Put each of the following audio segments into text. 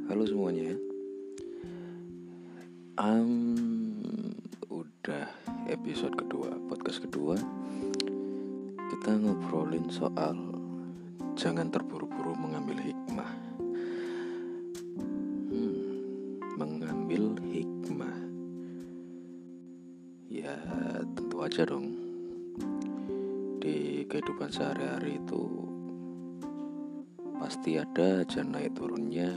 Halo semuanya. Udah episode kedua, podcast kedua. Kita ngobrolin soal jangan terburu-buru mengambil hikmah. Mengambil hikmah. Ya tentu aja dong. Di kehidupan sehari-hari itu pasti ada aja naik turunnya.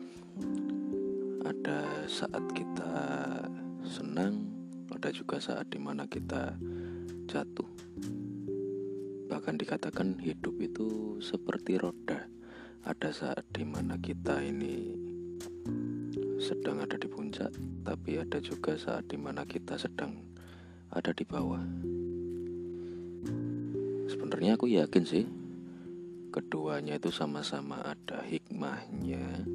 Ada saat kita senang, ada juga saat dimana kita jatuh. Bahkan dikatakan hidup itu seperti roda. Ada saat dimana kita ini sedang ada di puncak, tapi ada juga saat dimana kita sedang ada di bawah. Sebenarnya aku yakin sih keduanya itu sama-sama ada hikmahnya.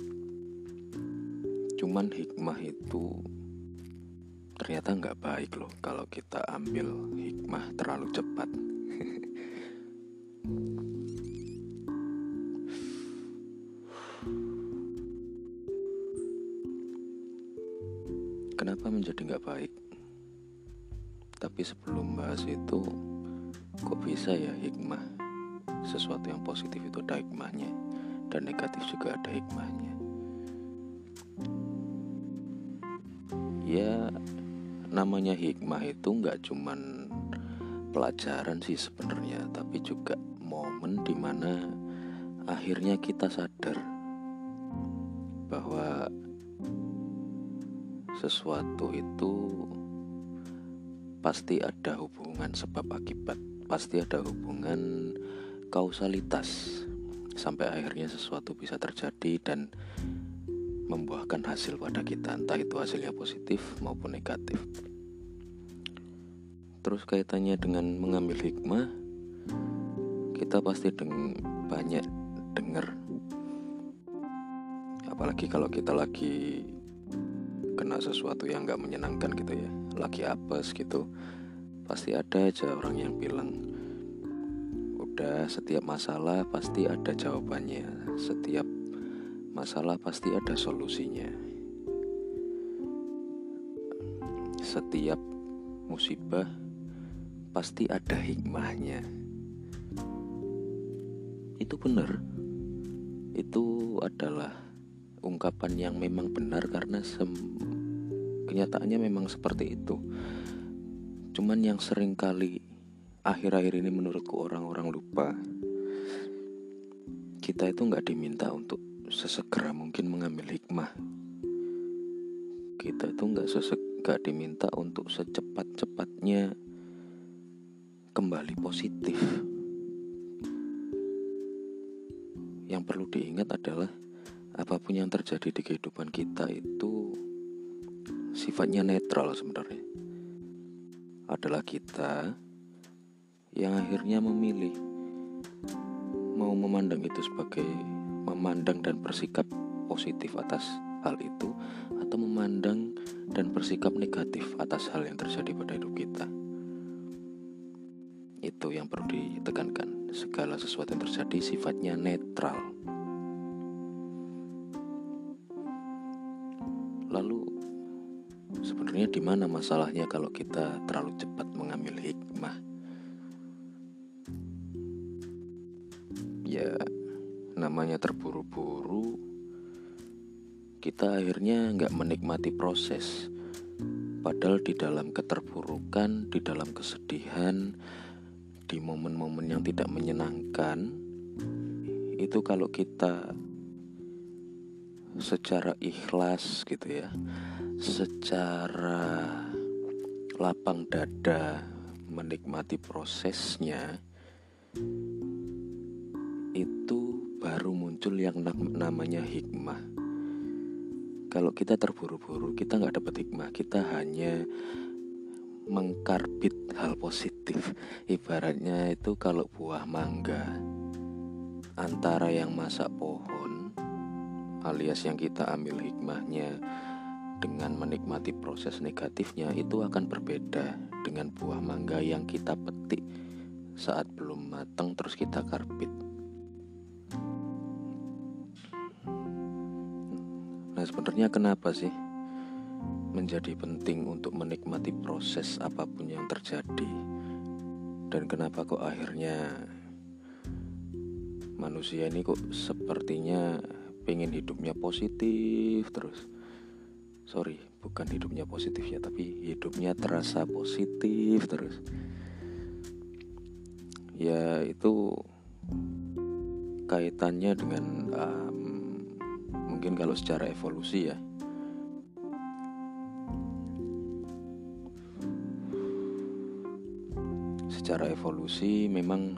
Cuman hikmah itu ternyata gak baik loh kalau kita ambil hikmah terlalu cepat. Kenapa menjadi gak baik? Tapi sebelum bahas itu, kok bisa ya hikmah? Sesuatu yang positif itu ada hikmahnya, dan negatif juga ada hikmahnya. Ya, namanya hikmah itu gak cuman pelajaran sih sebenarnya, tapi juga momen dimana akhirnya kita sadar bahwa sesuatu itu pasti ada hubungan sebab akibat, pasti ada hubungan kausalitas sampai akhirnya sesuatu bisa terjadi dan membuahkan hasil pada kita, entah itu hasilnya positif maupun negatif. Terus kaitannya dengan mengambil hikmah, kita pasti banyak dengar, apalagi kalau kita lagi kena sesuatu yang gak menyenangkan gitu ya, lagi apes gitu, pasti ada aja orang yang bilang, udah setiap masalah pasti ada jawabannya, setiap masalah pasti ada solusinya, setiap musibah pasti ada hikmahnya. Itu benar. Itu adalah ungkapan yang memang benar karena kenyataannya memang seperti itu. Cuman yang sering kali akhir-akhir ini menurutku orang-orang lupa, kita itu gak diminta untuk sesegera mungkin mengambil hikmah. Kita itu gak diminta untuk secepat-cepatnya kembali positif. Yang perlu diingat adalah apapun yang terjadi di kehidupan kita itu sifatnya netral sebenarnya. Adalah kita yang akhirnya memilih mau memandang itu sebagai memandang dan bersikap positif atas hal itu, atau memandang dan bersikap negatif atas hal yang terjadi pada hidup kita. Itu yang perlu ditekankan. Segala sesuatu yang terjadi sifatnya netral. Lalu sebenarnya di mana masalahnya kalau kita terlalu cepat mengambil hikmah? Ya, namanya terburu-buru, kita akhirnya gak menikmati proses. Padahal di dalam keterburukan, di dalam kesedihan, di momen-momen yang tidak menyenangkan, itu kalau kita secara ikhlas gitu ya, secara lapang dada menikmati prosesnya, itu baru muncul yang namanya hikmah. Kalau kita terburu-buru, kita gak dapat hikmah, kita hanya mengkarbit hal positif. Ibaratnya itu kalau buah mangga, antara yang masak pohon alias yang kita ambil hikmahnya dengan menikmati proses negatifnya, itu akan berbeda dengan buah mangga yang kita petik saat belum matang terus kita karbit. Nah, sebenarnya kenapa sih menjadi penting untuk menikmati proses apapun yang terjadi? Dan kenapa kok akhirnya manusia ini kok sepertinya pengen hidupnya positif terus? Sorry, bukan hidupnya positif ya, tapi hidupnya terasa positif terus. Ya itu kaitannya dengan mungkin kalau secara evolusi ya, secara evolusi memang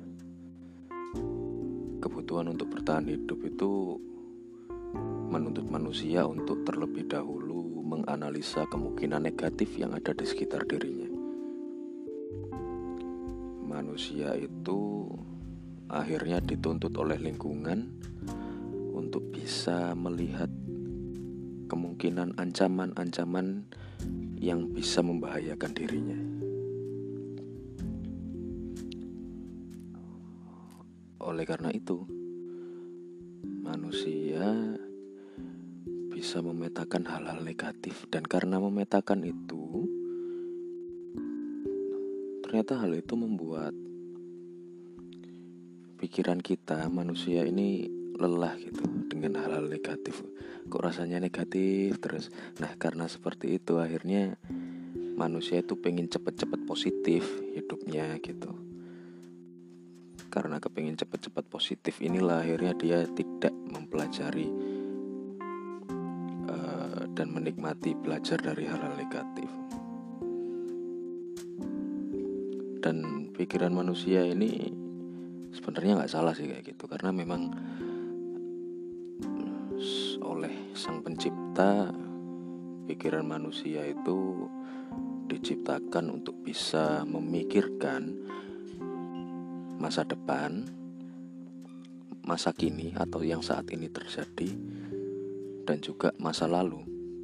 kebutuhan untuk bertahan hidup itu menuntut manusia untuk terlebih dahulu menganalisa kemungkinan negatif yang ada di sekitar dirinya. Manusia itu akhirnya dituntut oleh lingkungan untuk bisa melihat kemungkinan ancaman-ancaman yang bisa membahayakan dirinya. Oleh karena itu, manusia bisa memetakan hal-hal negatif, dan karena memetakan itu, ternyata hal itu membuat pikiran kita manusia ini lelah gitu dengan hal-hal negatif. Kok rasanya negatif terus. Nah, karena seperti itu akhirnya manusia itu pengen cepet-cepet positif hidupnya gitu. Karena kepingin cepet-cepet positif inilah akhirnya dia tidak mempelajari dan menikmati belajar dari hal-hal negatif. Dan pikiran manusia ini sebenarnya nggak salah sih kayak gitu, karena memang oleh Sang Pencipta pikiran manusia itu diciptakan untuk bisa memikirkan masa depan, masa kini atau yang saat ini terjadi, dan juga masa lalu.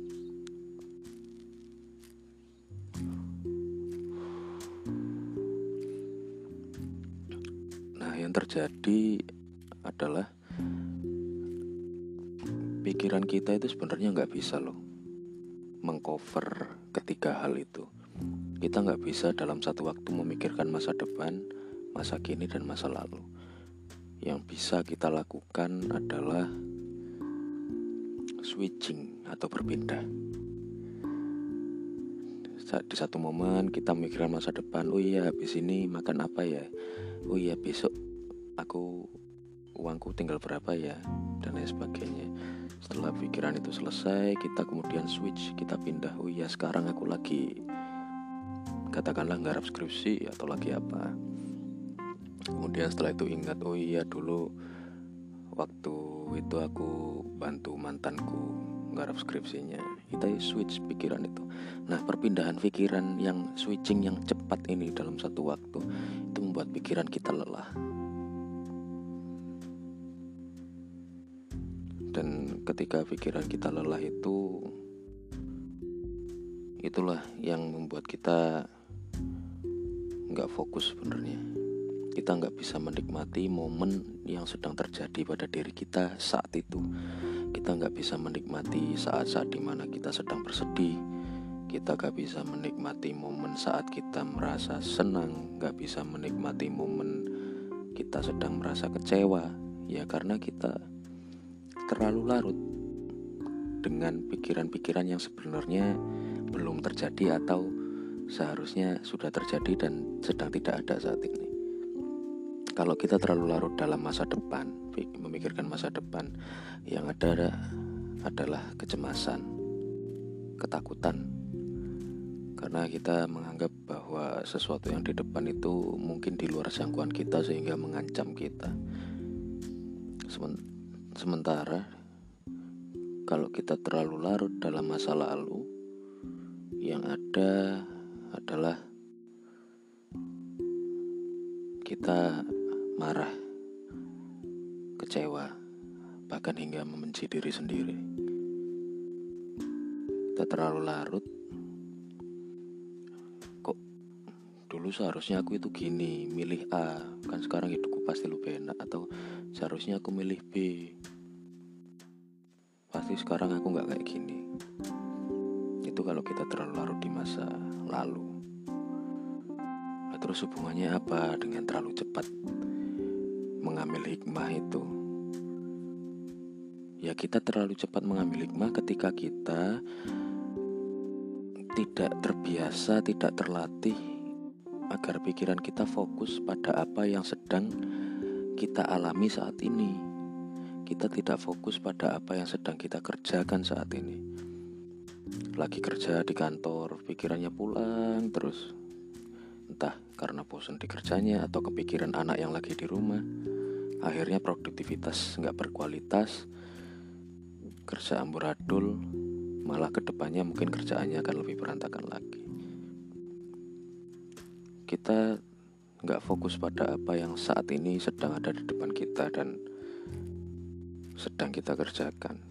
Nah, yang terjadi adalah pikiran kita itu sebenarnya nggak bisa loh mengcover ketiga hal itu. Kita nggak bisa dalam satu waktu memikirkan masa depan, masa kini, dan masa lalu. Yang bisa kita lakukan adalah switching atau berpindah. Di satu momen kita memikirkan masa depan, oh iya habis ini makan apa ya, oh iya besok uangku tinggal berapa ya, dan lain sebagainya. Setelah pikiran itu selesai, kita kemudian switch, kita pindah, oh iya sekarang aku lagi katakanlah nggarap skripsi atau lagi apa. Kemudian setelah itu ingat, oh iya dulu waktu itu aku bantu mantanku nggarap skripsinya. Kita switch pikiran itu. Nah, perpindahan pikiran yang switching yang cepat ini dalam satu waktu itu membuat pikiran kita lelah. Dan ketika pikiran kita lelah itulah yang membuat kita gak fokus sebenarnya. Kita gak bisa menikmati momen yang sedang terjadi pada diri kita saat itu. Kita gak bisa menikmati saat-saat dimana kita sedang bersedih. Kita gak bisa menikmati momen saat kita merasa senang. Gak bisa menikmati momen kita sedang merasa kecewa. Ya karena kita terlalu larut dengan pikiran-pikiran yang sebenarnya belum terjadi atau seharusnya sudah terjadi dan sedang tidak ada saat ini. Kalau kita terlalu larut dalam masa depan, memikirkan masa depan, yang ada adalah kecemasan, ketakutan. Karena kita menganggap bahwa sesuatu yang di depan itu mungkin di luar jangkauan kita sehingga mengancam kita. Sementara kalau kita terlalu larut dalam masa lalu, yang ada adalah kita marah, kecewa, bahkan hingga membenci diri sendiri. Kita terlalu larut, kok dulu seharusnya aku itu gini, milih A, kan sekarang hidupku pasti lebih enak. Atau seharusnya aku milih B, pasti sekarang aku nggak kayak gini. Itu kalau kita terlalu larut di masa lalu. Nah, terus hubungannya apa dengan terlalu cepat mengambil hikmah itu? Ya, kita terlalu cepat mengambil hikmah ketika kita tidak terbiasa, tidak terlatih agar pikiran kita fokus pada apa yang sedang kita alami saat ini. Kita tidak fokus pada apa yang sedang kita kerjakan saat ini. Lagi kerja di kantor, pikirannya pulang terus. Entah karena bosan di kerjanya atau kepikiran anak yang lagi di rumah. Akhirnya produktivitas gak berkualitas, kerja amburadul, malah kedepannya mungkin kerjaannya akan lebih berantakan lagi. Kita gak fokus pada apa yang saat ini sedang ada di depan kita dan sedang kita kerjakan.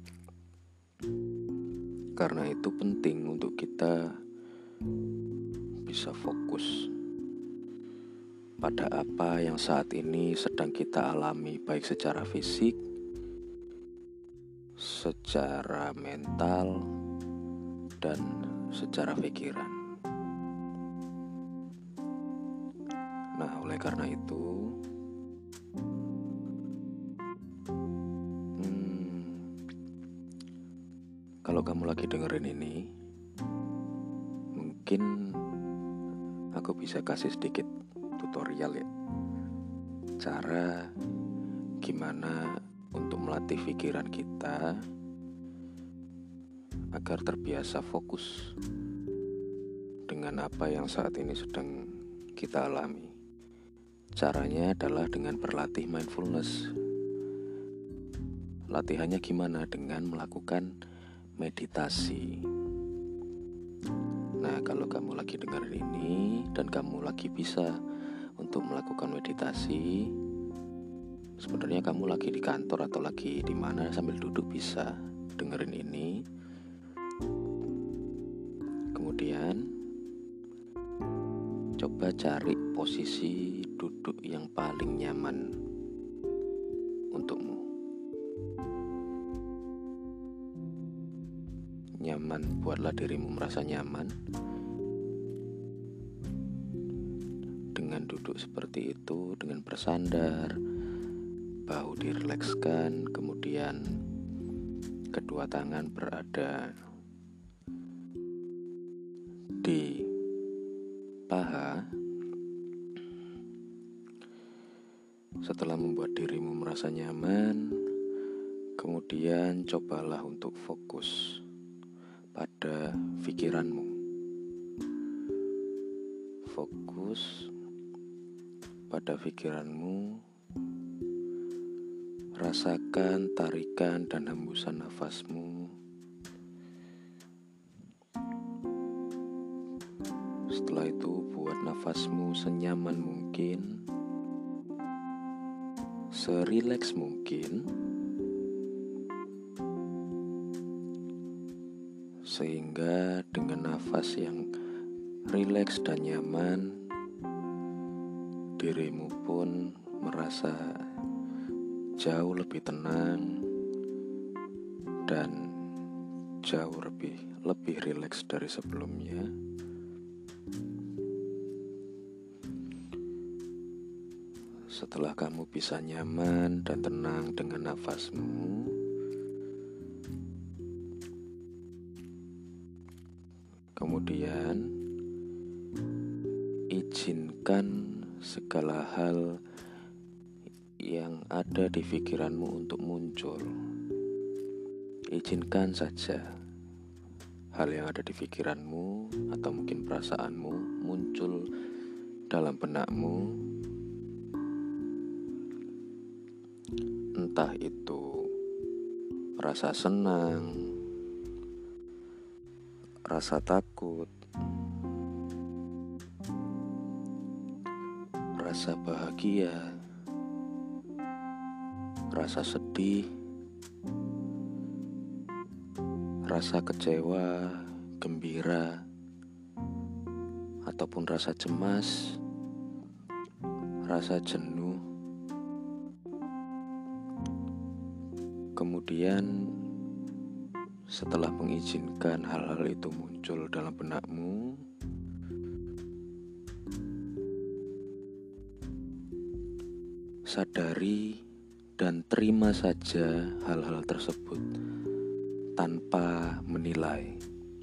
Karena itu penting untuk kita bisa fokus pada apa yang saat ini sedang kita alami, baik secara fisik, secara mental, dan secara pikiran. Nah, oleh karena itu, kalau kamu lagi dengerin ini, mungkin aku bisa kasih sedikit tutorial ya, cara gimana untuk melatih pikiran kita agar terbiasa fokus dengan apa yang saat ini sedang kita alami. Caranya adalah dengan berlatih mindfulness. Latihannya gimana? Dengan melakukan meditasi. Nah, kalau kamu lagi dengerin ini dan kamu lagi bisa untuk melakukan meditasi, sebenarnya kamu lagi di kantor atau lagi di mana sambil duduk bisa dengerin ini. Kemudian coba cari posisi duduk yang paling nyaman untukmu. Nyaman, buatlah dirimu merasa nyaman dengan duduk seperti itu, dengan bersandar, bahu dirilekskan, kemudian kedua tangan berada di paha. Setelah membuat dirimu merasa nyaman, kemudian cobalah untuk fokus pada pikiranmu. Fokus pada pikiranmu, rasakan tarikan dan hembusan nafasmu. Setelah itu buat nafasmu senyaman mungkin, serileks mungkin, sehingga dengan nafas yang rileks dan nyaman, dirimu pun merasa jauh lebih tenang dan jauh lebih rileks dari sebelumnya. Setelah kamu bisa nyaman dan tenang dengan nafasmu, kemudian izinkan segala hal yang ada di pikiranmu untuk muncul. Izinkan saja hal yang ada di pikiranmu atau mungkin perasaanmu muncul dalam benakmu. Entah itu rasa senang, rasa takut, rasa bahagia, rasa sedih, rasa kecewa, gembira, ataupun rasa cemas, rasa jenuh. Kemudian Setelah mengizinkan hal-hal itu muncul dalam benakmu, sadari dan terima saja hal-hal tersebut tanpa menilai.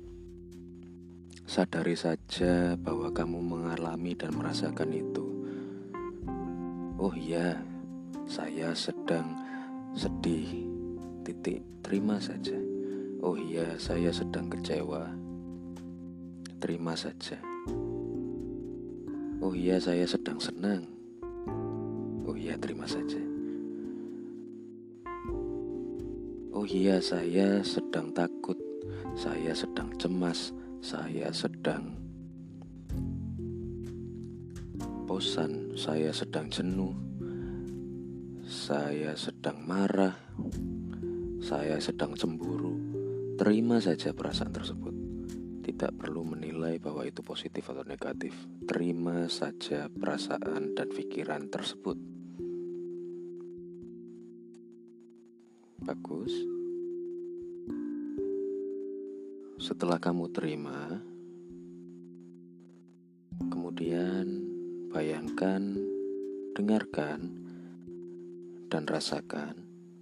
Sadari saja bahwa kamu mengalami dan merasakan itu. Oh iya, saya sedang sedih. Titik, terima saja. Oh iya, saya sedang kecewa. Terima saja. Oh iya, saya sedang senang. Oh iya, terima saja. Oh iya, saya sedang takut. Saya sedang cemas. Saya sedang bosan. Saya sedang jenuh. Saya sedang marah. Saya sedang cemburu. Terima saja perasaan tersebut. Tidak perlu menilai bahwa itu positif atau negatif. Terima saja perasaan dan pikiran tersebut. Bagus. Setelah kamu terima, kemudian bayangkan, dengarkan, dan rasakan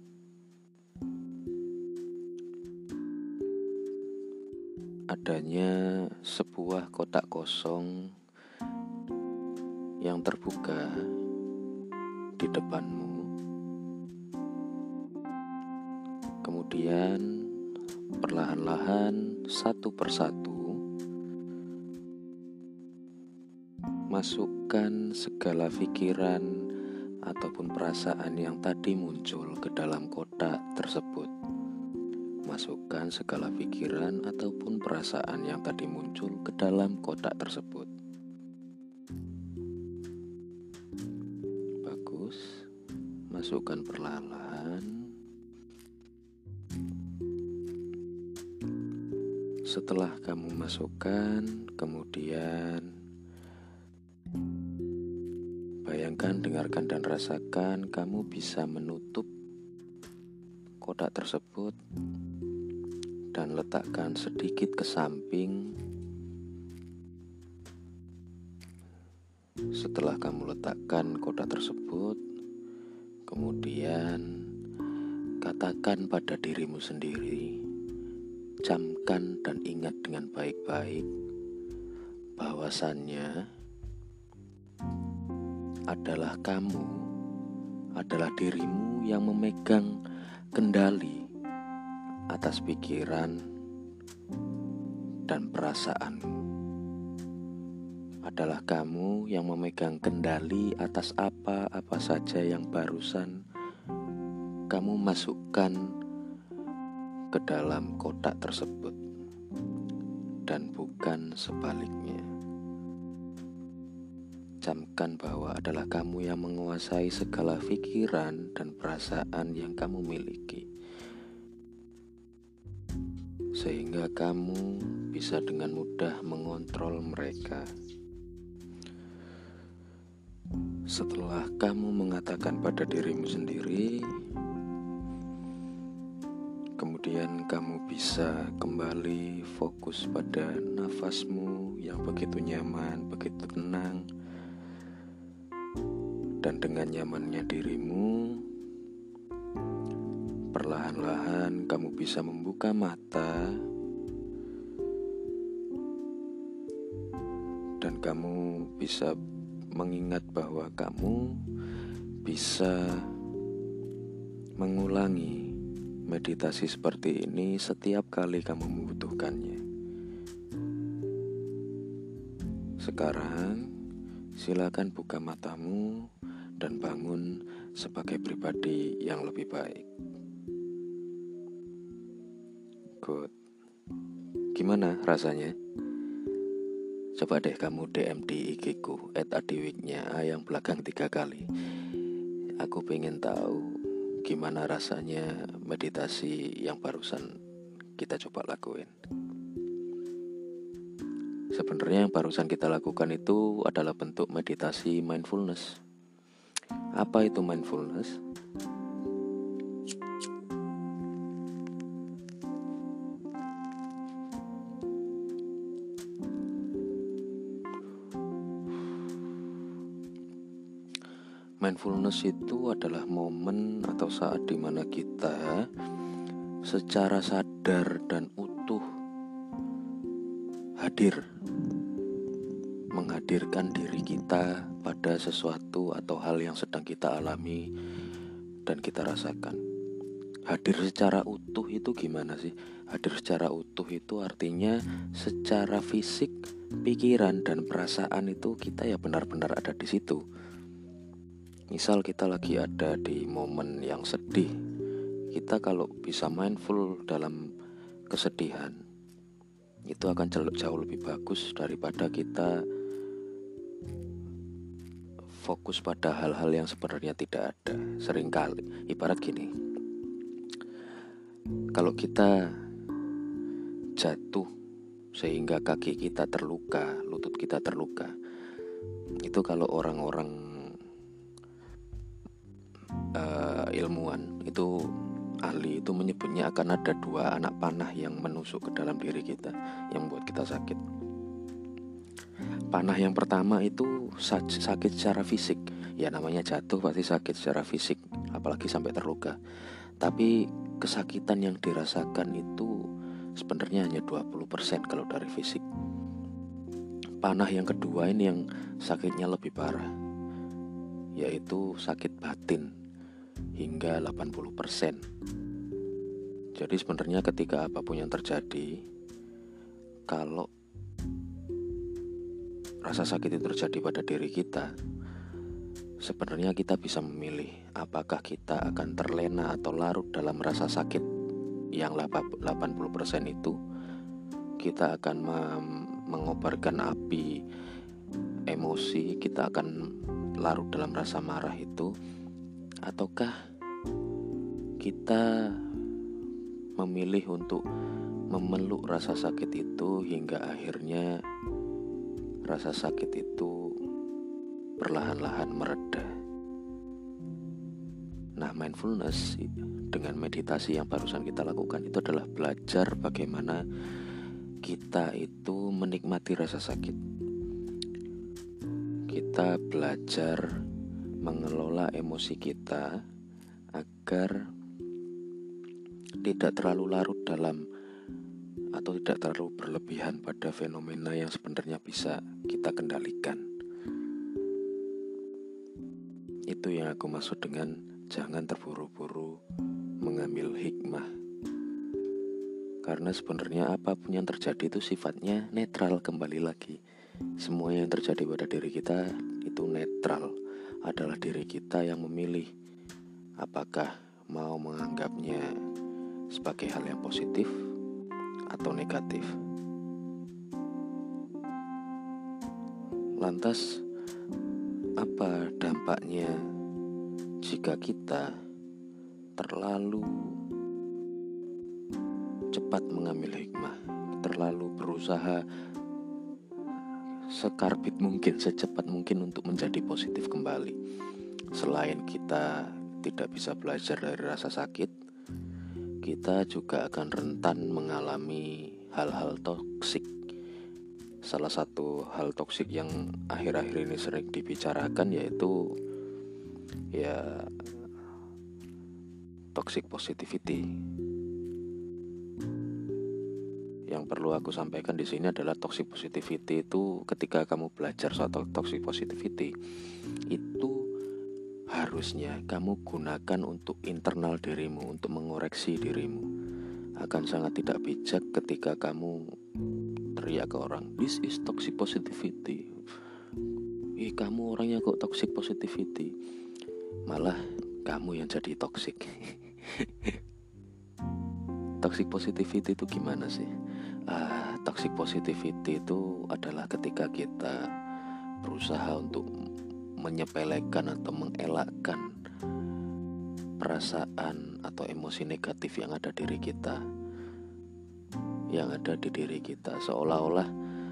adanya sebuah kotak kosong yang terbuka di depanmu. Kemudian perlahan-lahan satu persatu masukkan segala pikiran ataupun perasaan yang tadi muncul ke dalam kotak tersebut. Masukkan segala pikiran ataupun perasaan yang tadi muncul ke dalam kotak tersebut. Bagus. Masukkan perlahan-lahan. Setelah kamu masukkan, kemudian bayangkan, dengarkan, dan rasakan kamu bisa menutup kotak tersebut dan letakkan sedikit ke samping. Setelah kamu letakkan kotak tersebut, kemudian katakan pada dirimu sendiri, camkan dan ingat dengan baik-baik bahwasannya adalah kamu, adalah dirimu yang memegang kendali atas pikiran dan perasaanmu. Adalah kamu yang memegang kendali atas apa-apa saja yang barusan kamu masukkan ke dalam kotak tersebut, dan bukan sebaliknya. Camkan bahwa adalah kamu yang menguasai segala pikiran dan perasaan yang kamu miliki, sehingga kamu bisa dengan mudah mengontrol mereka. Setelah kamu mengatakan pada dirimu sendiri, kemudian kamu bisa kembali fokus pada nafasmu yang begitu nyaman, begitu tenang. Dan dengan nyamannya dirimu, perlahan-lahan kamu bisa membuka mata dan kamu bisa mengingat bahwa kamu bisa mengulangi meditasi seperti ini setiap kali kamu membutuhkannya. Sekarang, silakan buka matamu dan bangun sebagai pribadi yang lebih baik. Good. Gimana rasanya? Coba deh kamu DM di IG-ku @adiwiknya yang belakang 3 kali. Aku pengen tahu gimana rasanya meditasi yang barusan kita coba lakuin. Sebenarnya yang barusan kita lakukan itu adalah bentuk meditasi mindfulness. Apa itu mindfulness? Mindfulness itu adalah momen atau saat dimana kita secara sadar dan utuh hadir, menghadirkan diri kita pada sesuatu atau hal yang sedang kita alami dan kita rasakan. Hadir secara utuh itu gimana sih? Hadir secara utuh itu artinya secara fisik, pikiran, dan perasaan itu kita ya benar-benar ada di situ. Misal kita lagi ada di momen yang sedih, kita kalau bisa mindful dalam kesedihan, itu akan jauh lebih bagus daripada kita fokus pada hal-hal yang sebenarnya tidak ada. Seringkali, ibarat gini, kalau kita jatuh sehingga kaki kita terluka, lutut kita terluka, itu kalau orang-orang ilmuwan itu, ahli itu menyebutnya akan ada 2 anak panah yang menusuk ke dalam diri kita yang membuat kita sakit. Panah yang pertama itu sakit secara fisik, ya namanya jatuh pasti sakit secara fisik, apalagi sampai terluka. Tapi kesakitan yang dirasakan itu sebenarnya hanya 20% kalau dari fisik. Panah yang kedua ini yang sakitnya lebih parah, yaitu sakit batin hingga 80%. Jadi sebenarnya ketika apapun yang terjadi, kalau rasa sakit itu terjadi pada diri kita, sebenarnya kita bisa memilih apakah kita akan terlena atau larut dalam rasa sakit yang 80% itu. Kita akan mengobarkan api emosi, kita akan larut dalam rasa marah itu, ataukah kita memilih untuk memeluk rasa sakit itu hingga akhirnya rasa sakit itu perlahan-lahan mereda. Nah, mindfulness dengan meditasi yang barusan kita lakukan itu adalah belajar bagaimana kita itu menikmati rasa sakit. Kita belajar mengelola emosi kita agar tidak terlalu larut dalam atau tidak terlalu berlebihan pada fenomena yang sebenarnya bisa kita kendalikan. Itu yang aku maksud dengan jangan terburu-buru mengambil hikmah. Karena sebenarnya apapun yang terjadi itu sifatnya netral. Kembali lagi, semua yang terjadi pada diri kita itu netral. Adalah diri kita yang memilih apakah mau menganggapnya sebagai hal yang positif atau negatif. Lantas, apa dampaknya jika kita terlalu cepat mengambil hikmah, terlalu berusaha sekarbit mungkin, secepat mungkin untuk menjadi positif kembali? Selain kita tidak bisa belajar dari rasa sakit, kita juga akan rentan mengalami hal-hal toksik. Salah satu hal toksik yang akhir-akhir ini sering dibicarakan yaitu ya toxic positivity. Yang perlu aku sampaikan di sini adalah toxic positivity itu ketika kamu belajar soal toxic positivity itu harusnya kamu gunakan untuk internal dirimu, untuk mengoreksi dirimu. Akan sangat tidak bijak ketika kamu teriak ke orang, "This is toxic positivity." Kamu orangnya kok toxic positivity? Malah kamu yang jadi toxic. Toxic positivity itu gimana sih? Toxic positivity itu adalah ketika kita berusaha untuk menyepelekan atau mengelakkan perasaan atau emosi negatif yang ada di diri kita, seolah-olah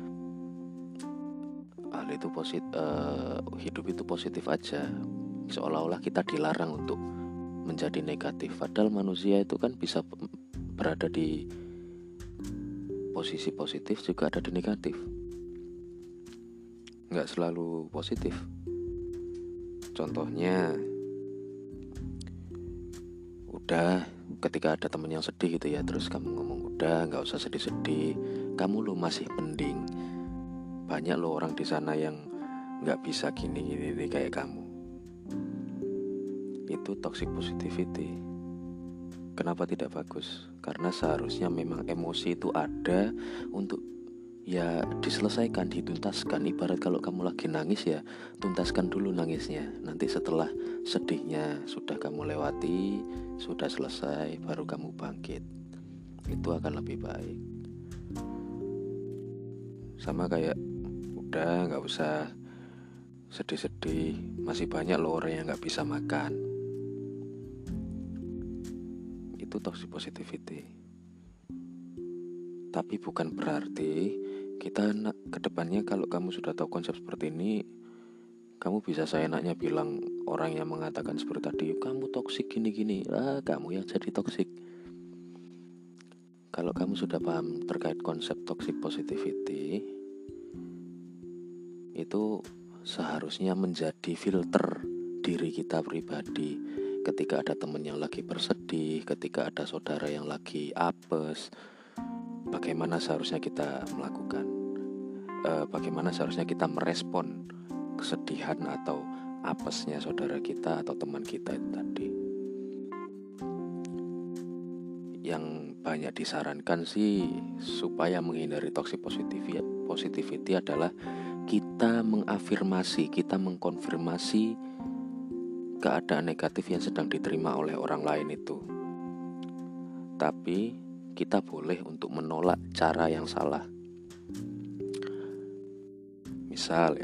hal itu hidup itu positif aja, seolah-olah kita dilarang untuk menjadi negatif. Padahal manusia itu kan bisa berada di posisi positif juga ada di negatif, nggak selalu positif. Contohnya, udah ketika ada temen yang sedih gitu ya, terus kamu ngomong, udah gak usah sedih-sedih, kamu lo masih mending. Banyak lo orang di sana yang gak bisa gini kayak kamu. Itu toxic positivity. Kenapa tidak bagus? Karena seharusnya memang emosi itu ada untuk ya diselesaikan, dituntaskan. Ibarat kalau kamu lagi nangis ya, tuntaskan dulu nangisnya. Nanti setelah sedihnya sudah kamu lewati, sudah selesai, baru kamu bangkit. Itu akan lebih baik. Sama kayak, udah gak usah sedih-sedih, masih banyak loh orang yang gak bisa makan. Itu toxic positivity. Tapi bukan berarti kita kedepannya kalau kamu sudah tahu konsep seperti ini, kamu bisa seenaknya bilang orang yang mengatakan seperti tadi, kamu toksik gini-gini, kamu yang jadi toksik. Kalau kamu sudah paham terkait konsep toxic positivity, itu seharusnya menjadi filter diri kita pribadi. Ketika ada teman yang lagi bersedih, ketika ada saudara yang lagi apes, bagaimana seharusnya kita melakukan, bagaimana seharusnya kita merespon kesedihan atau apesnya saudara kita atau teman kita itu tadi. Yang banyak disarankan sih supaya menghindari toxic positivity adalah kita mengafirmasi, kita mengkonfirmasi keadaan negatif yang sedang diterima oleh orang lain itu. Tapi kita boleh untuk menolak cara yang salah. Misal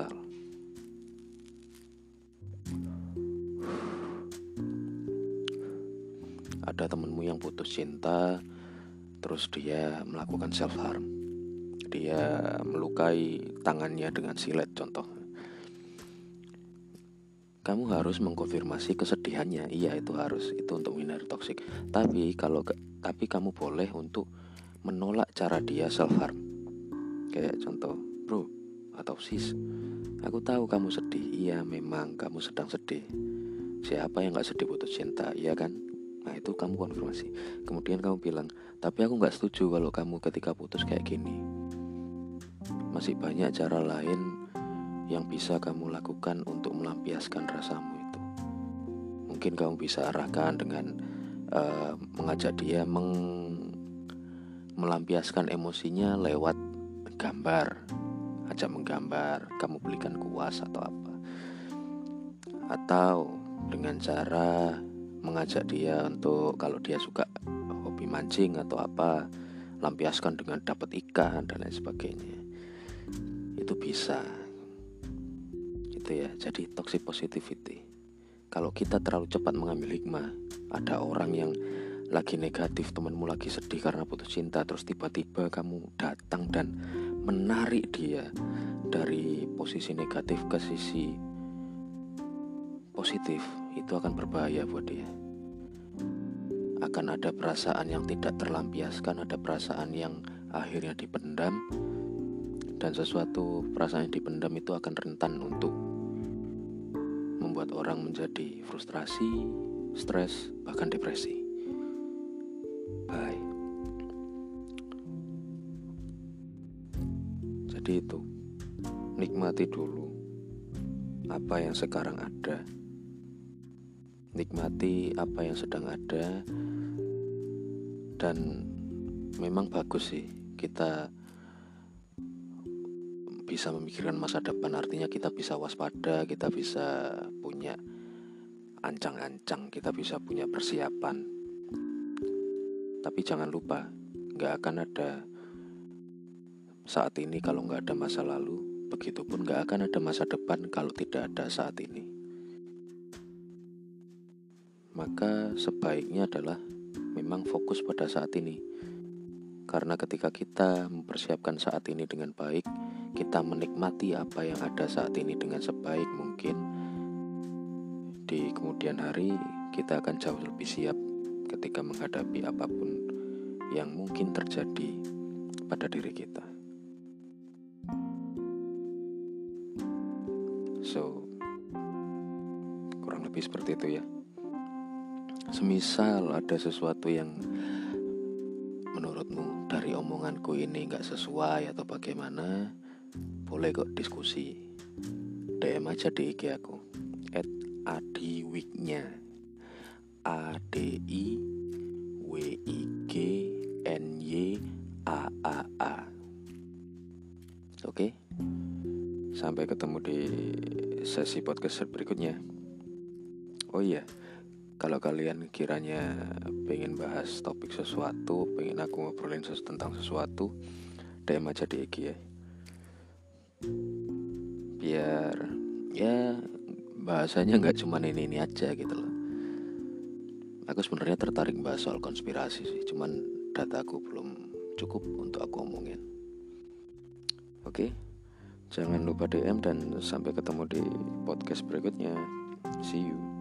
ada temenmu yang putus cinta, terus dia melakukan self harm, dia melukai tangannya dengan silet contoh. Kamu harus mengkonfirmasi kesedihannya, iya itu harus, itu untuk menghindari toksik. Tapi kamu boleh untuk menolak cara dia self harm. Kayak contoh, bro atau sis, aku tahu kamu sedih. Iya memang kamu sedang sedih. Siapa yang gak sedih putus cinta, iya kan? Nah itu kamu konfirmasi. Kemudian kamu bilang, tapi aku gak setuju kalau kamu ketika putus kayak gini. Masih banyak cara lain yang bisa kamu lakukan untuk melampiaskan rasamu itu. Mungkin kamu bisa arahkan dengan mengajak dia melampiaskan emosinya lewat gambar. Ajak menggambar, kamu belikan kuas atau apa. Atau dengan cara mengajak dia untuk, kalau dia suka hobi mancing atau apa, lampiaskan dengan dapat ikan dan lain sebagainya. Itu bisa. Itu ya, jadi toxic positivity. Kalau kita terlalu cepat mengambil hikmah, ada orang yang lagi negatif, temanmu lagi sedih karena putus cinta, terus tiba-tiba kamu datang dan menarik dia dari posisi negatif ke sisi positif, itu akan berbahaya buat dia. Akan ada perasaan yang tidak terlampiaskan, ada perasaan yang akhirnya dipendam, dan sesuatu perasaan yang dipendam itu akan rentan untuk membuat orang menjadi frustrasi, stres, bahkan depresi. Bye. Jadi itu, nikmati dulu apa yang sekarang ada. Nikmati apa yang sedang ada. Dan memang bagus sih kita bisa memikirkan masa depan. Artinya kita bisa waspada, kita bisa punya ancang-ancang, kita bisa punya persiapan. Tapi jangan lupa, gak akan ada saat ini kalau gak ada masa lalu. Begitupun gak akan ada masa depan kalau tidak ada saat ini. Maka sebaiknya adalah memang fokus pada saat ini. Karena ketika kita mempersiapkan saat ini dengan baik, kita menikmati apa yang ada saat ini dengan sebaik mungkin, di kemudian hari kita akan jauh lebih siap ketika menghadapi apapun yang mungkin terjadi pada diri kita. So, lebih seperti itu ya. Semisal ada sesuatu yang menurutmu dari omonganku ini gak sesuai atau bagaimana, boleh kok diskusi. DM aja di IG aku @adiwignya ADIWIGNYAAA. Oke, sampai ketemu di sesi podcast berikutnya. Oh iya, kalau kalian kiranya pengen bahas topik sesuatu, pengen aku ngobrolin tentang sesuatu, DM aja di IG ya. Biar ya bahasanya nggak cuma ini aja gitu loh. Aku sebenarnya tertarik bahas soal konspirasi sih, cuman dataku belum cukup untuk aku omongin. Oke, jangan lupa DM dan sampai ketemu di podcast berikutnya. See you.